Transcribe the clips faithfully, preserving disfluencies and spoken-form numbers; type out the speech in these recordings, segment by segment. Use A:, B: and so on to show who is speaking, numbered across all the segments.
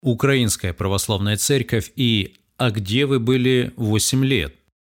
A: Украинская православная церковь и «А где вы были восемь лет?».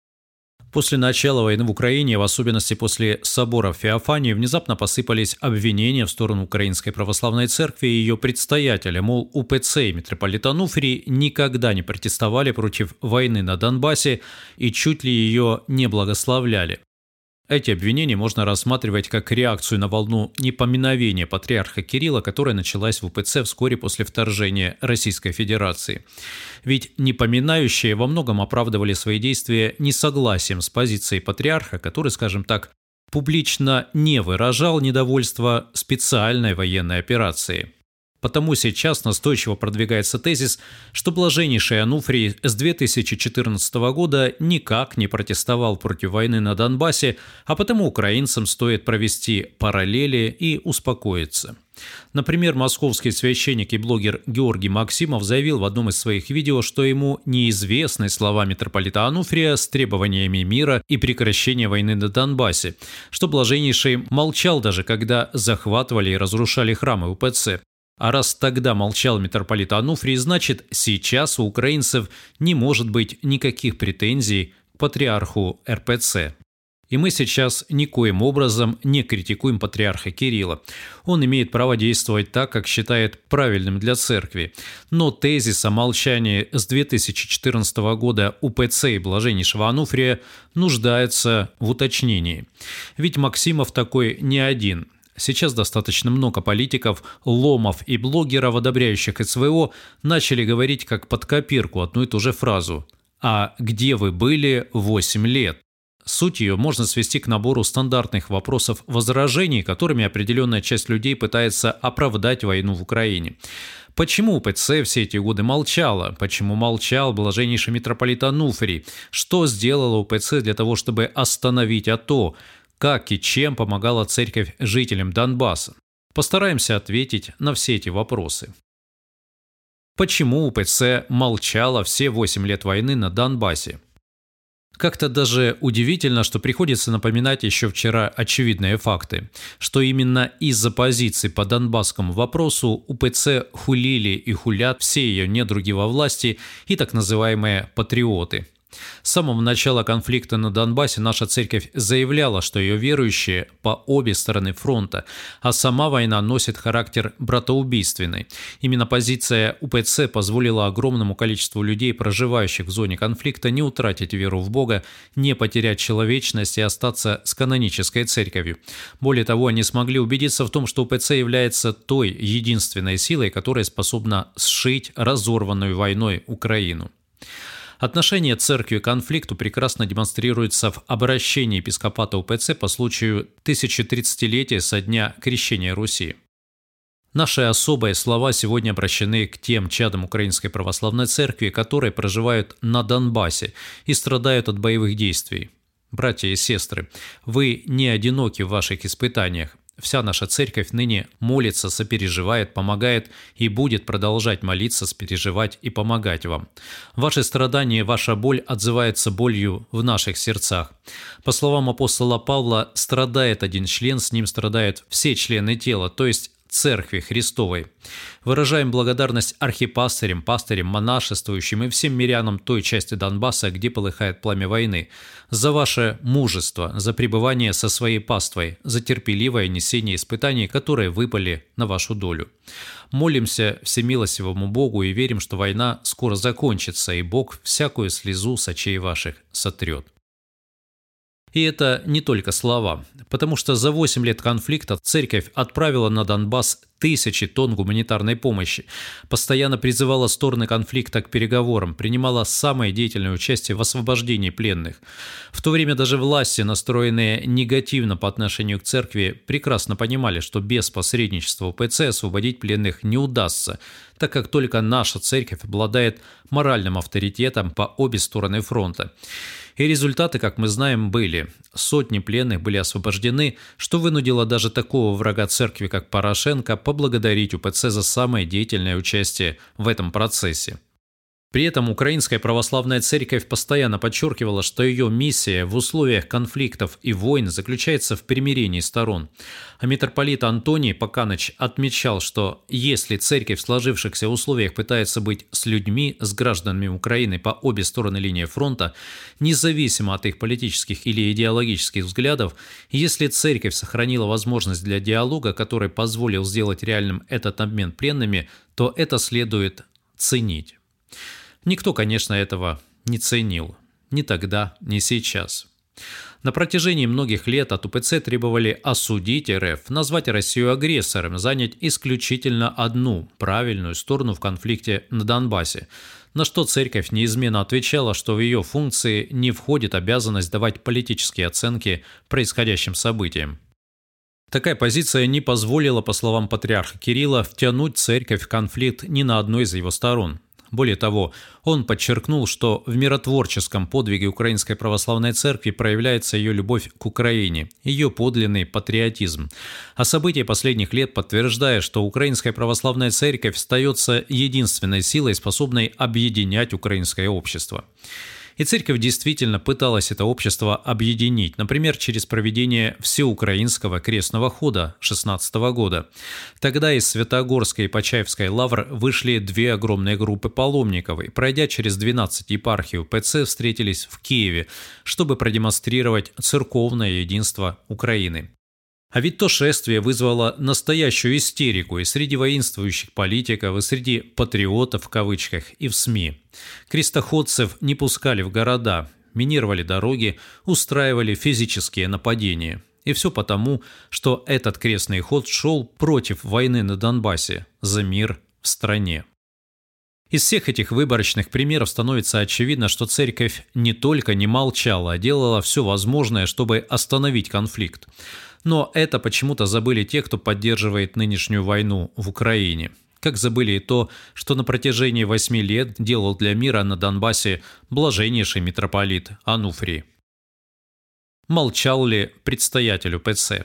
A: После начала войны в Украине, в особенности после собора в Феофании, внезапно посыпались обвинения в сторону Украинской православной церкви и ее предстоятеля, мол, УПЦ и митрополит Ануфрий никогда не протестовали против войны на Донбассе и чуть ли ее не благословляли. Эти обвинения можно рассматривать как реакцию на волну непоминовения патриарха Кирилла, которая началась в УПЦ вскоре после вторжения Российской Федерации. Ведь непоминающие во многом оправдывали свои действия несогласием с позицией патриарха, который, скажем так, публично не выражал недовольства специальной военной операцией. Потому сейчас настойчиво продвигается тезис, что блаженнейший Ануфрий с две тысячи четырнадцатого года никак не протестовал против войны на Донбассе, а потому украинцам стоит провести параллели и успокоиться. Например, московский священник и блогер Георгий Максимов заявил в одном из своих видео, что ему неизвестны слова митрополита Ануфрия с требованиями мира и прекращения войны на Донбассе, что блаженнейший молчал даже, когда захватывали и разрушали храмы УПЦ. А раз тогда молчал митрополит Ануфрий, значит, сейчас у украинцев не может быть никаких претензий к патриарху эр пэ цэ. И мы сейчас никоим образом не критикуем патриарха Кирилла. Он имеет право действовать так, как считает правильным для церкви. Но тезис о молчании с две тысячи четырнадцатого года УПЦ и блаженнейшего Ануфрия нуждается в уточнении. Ведь Максимов такой не один. Сейчас достаточно много политиков, ломов и блогеров, одобряющих эс вэ о, начали говорить как под копирку одну и ту же фразу «А где вы были восемь лет?». Суть ее можно свести к набору стандартных вопросов-возражений, которыми определенная часть людей пытается оправдать войну в Украине. Почему УПЦ все эти годы молчала? Почему молчал блаженнейший митрополит Ануфрий? Что сделала УПЦ для того, чтобы остановить АТО? Как и чем помогала церковь жителям Донбасса? Постараемся ответить на все эти вопросы. Почему УПЦ молчала все восемь лет войны на Донбассе? Как-то даже удивительно, что приходится напоминать еще вчера очевидные факты, что именно из-за позиций по донбасскому вопросу УПЦ хулили и хулят все ее недруги во власти и так называемые патриоты. С самого начала конфликта на Донбассе наша церковь заявляла, что ее верующие по обе стороны фронта, а сама война носит характер братоубийственный. Именно позиция УПЦ позволила огромному количеству людей, проживающих в зоне конфликта, не утратить веру в Бога, не потерять человечность и остаться с канонической церковью. Более того, они смогли убедиться в том, что УПЦ является той единственной силой, которая способна сшить разорванную войной Украину. Отношение церкви к конфликту прекрасно демонстрируется в обращении епископата УПЦ по случаю тысячетридцатилетия со дня крещения Руси. Наши особые слова сегодня обращены к тем чадам Украинской православной церкви, которые проживают на Донбассе и страдают от боевых действий. Братья и сестры, вы не одиноки в ваших испытаниях. Вся наша церковь ныне молится, сопереживает, помогает и будет продолжать молиться, сопереживать и помогать вам. Ваши страдания, ваша боль отзывается болью в наших сердцах. По словам апостола Павла, страдает один член, с ним страдают все члены тела, то есть Церкви Христовой. Выражаем благодарность архипастырям, пастырям, монашествующим и всем мирянам той части Донбасса, где полыхает пламя войны, за ваше мужество, за пребывание со своей паствой, за терпеливое несение испытаний, которые выпали на вашу долю. Молимся всемилостивому Богу и верим, что война скоро закончится, и Бог всякую слезу с очей ваших сотрет. И это не только слова, потому что за восемь лет конфликта церковь отправила на Донбасс тысячи тонн гуманитарной помощи, постоянно призывала стороны конфликта к переговорам, принимала самое деятельное участие в освобождении пленных. В то время даже власти, настроенные негативно по отношению к церкви, прекрасно понимали, что без посредничества УПЦ освободить пленных не удастся, так как только наша церковь обладает моральным авторитетом по обе стороны фронта. И результаты, как мы знаем, были. Сотни пленных были освобождены, что вынудило даже такого врага церкви, как Порошенко, поблагодарить УПЦ за самое деятельное участие в этом процессе. При этом Украинская Православная Церковь постоянно подчеркивала, что ее миссия в условиях конфликтов и войн заключается в примирении сторон. А митрополит Антоний Поканыч отмечал, что если Церковь в сложившихся условиях пытается быть с людьми, с гражданами Украины по обе стороны линии фронта, независимо от их политических или идеологических взглядов, если Церковь сохранила возможность для диалога, который позволил сделать реальным этот обмен пленными, то это следует ценить. Никто, конечно, этого не ценил. Ни тогда, ни сейчас. На протяжении многих лет от УПЦ требовали осудить РФ, назвать Россию агрессором, занять исключительно одну правильную сторону в конфликте на Донбассе, на что Церковь неизменно отвечала, что в ее функции не входит обязанность давать политические оценки происходящим событиям. Такая позиция не позволила, по словам патриарха Кирилла, втянуть Церковь в конфликт ни на одной из его сторон. Более того, он подчеркнул, что в миротворческом подвиге Украинской Православной Церкви проявляется ее любовь к Украине, ее подлинный патриотизм. А события последних лет подтверждают, что Украинская Православная Церковь остается единственной силой, способной объединять украинское общество. И Церковь действительно пыталась это общество объединить, например, через проведение Всеукраинского крестного хода шестнадцатого года. Тогда из Святогорской и Почаевской лавр вышли две огромные группы паломников и, пройдя через двенадцать епархий УПЦ, встретились в Киеве, чтобы продемонстрировать церковное единство Украины. А ведь то шествие вызвало настоящую истерику и среди воинствующих политиков, и среди «патриотов» в кавычках, и в СМИ. Крестоходцев не пускали в города, минировали дороги, устраивали физические нападения. И все потому, что этот крестный ход шел против войны на Донбассе, за мир в стране. Из всех этих выборочных примеров становится очевидно, что Церковь не только не молчала, а делала все возможное, чтобы остановить конфликт. Но это почему-то забыли те, кто поддерживает нынешнюю войну в Украине. Как забыли и то, что на протяжении восьми лет делал для мира на Донбассе блаженнейший митрополит Ануфрий. Молчал ли предстоятель УПЦ?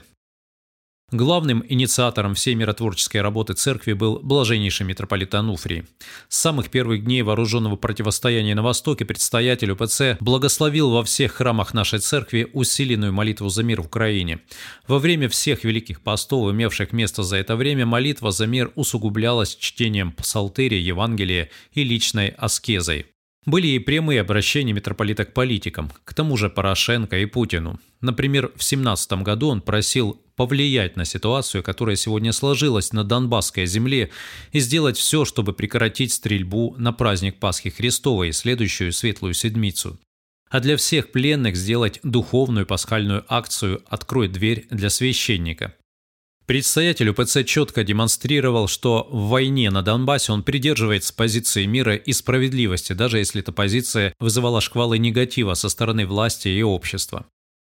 A: Главным инициатором всей миротворческой работы церкви был блаженнейший митрополит Ануфрий. С самых первых дней вооруженного противостояния на Востоке предстоятель УПЦ благословил во всех храмах нашей церкви усиленную молитву за мир в Украине. Во время всех великих постов, имевших место за это время, молитва за мир усугублялась чтением псалтыря, Евангелия и личной аскезой. Были и прямые обращения митрополита к политикам, к тому же Порошенко и Путину. Например, в семнадцатом году он просил повлиять на ситуацию, которая сегодня сложилась на Донбасской земле, и сделать все, чтобы прекратить стрельбу на праздник Пасхи Христовой, следующую Светлую Седмицу. А для всех пленных сделать духовную пасхальную акцию «Открой дверь для священника». Предстоятель УПЦ четко демонстрировал, что в войне на Донбассе он придерживается позиции мира и справедливости, даже если эта позиция вызывала шквалы негатива со стороны власти и общества.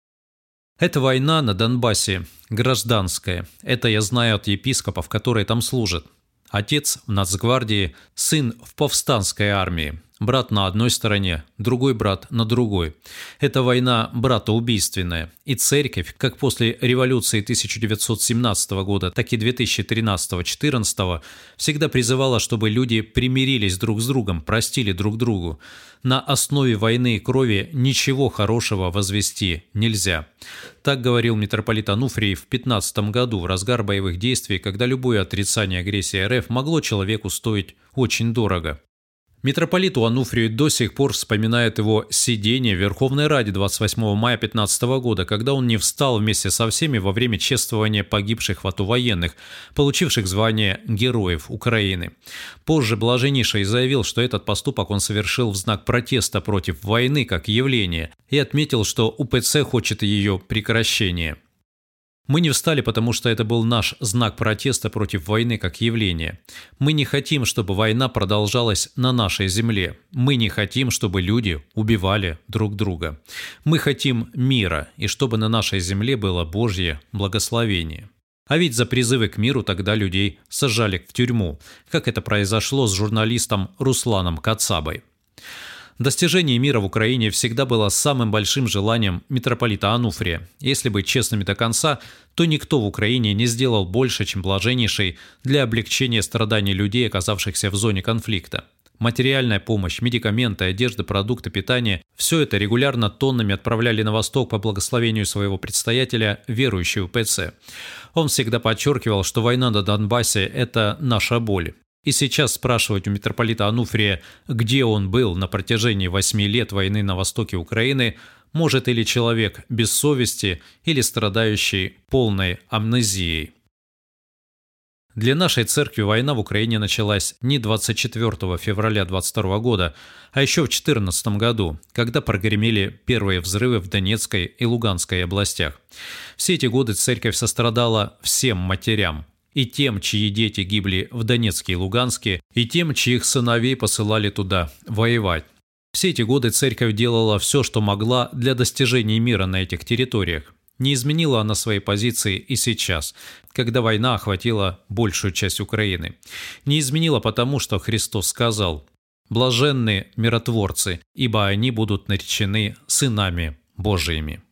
A: Эта война на Донбассе гражданская. Это я знаю от епископов, которые там служат. Отец в Нацгвардии, сын в повстанской армии. Брат на одной стороне, другой брат на другой. Это война братоубийственная. И церковь, как после революции тысяча девятьсот семнадцатого года, так и две тысячи тринадцатого-четырнадцатого, всегда призывала, чтобы люди примирились друг с другом, простили друг другу. На основе войны и крови ничего хорошего возвести нельзя. Так говорил митрополит Ануфрий в пятнадцатом году, в разгар боевых действий, когда любое отрицание агрессии РФ могло человеку стоить очень дорого. Митрополиту Ануфрию до сих пор вспоминает его сидение в Верховной Раде двадцать восьмого мая пятнадцатого года, когда он не встал вместе со всеми во время чествования погибших в АТО военных, получивших звание Героев Украины. Позже Блаженнейший заявил, что этот поступок он совершил в знак протеста против войны как явления, и отметил, что УПЦ хочет ее прекращения. Мы не встали, потому что это был наш знак протеста против войны как явления. Мы не хотим, чтобы война продолжалась на нашей земле. Мы не хотим, чтобы люди убивали друг друга. Мы хотим мира, и чтобы на нашей земле было Божье благословение. А ведь за призывы к миру тогда людей сажали в тюрьму, как это произошло с журналистом Русланом Кацабой. Достижение мира в Украине всегда было самым большим желанием митрополита Ануфрия. Если быть честными до конца, то никто в Украине не сделал больше, чем Блаженнейший, для облегчения страданий людей, оказавшихся в зоне конфликта. Материальная помощь, медикаменты, одежда, продукты питания – все это регулярно тоннами отправляли на восток по благословению своего предстоятеля, верующий УПЦ. Он всегда подчеркивал, что война на Донбассе – это наша боль. И сейчас спрашивать у митрополита Ануфрия, где он был на протяжении восьми лет войны на востоке Украины, может или человек без совести, или страдающий полной амнезией. Для нашей церкви война в Украине началась не двадцать четвёртого февраля двадцать второго года, а еще в две тысячи четырнадцатом году, когда прогремели первые взрывы в Донецкой и Луганской областях. Все эти годы церковь сострадала всем матерям, и тем, чьи дети гибли в Донецке и Луганске, и тем, чьих сыновей посылали туда воевать. Все эти годы церковь делала все, что могла для достижения мира на этих территориях. Не изменила она своей позиции и сейчас, когда война охватила большую часть Украины. Не изменила потому, что Христос сказал: «Блаженны миротворцы, ибо они будут наречены сынами Божиими».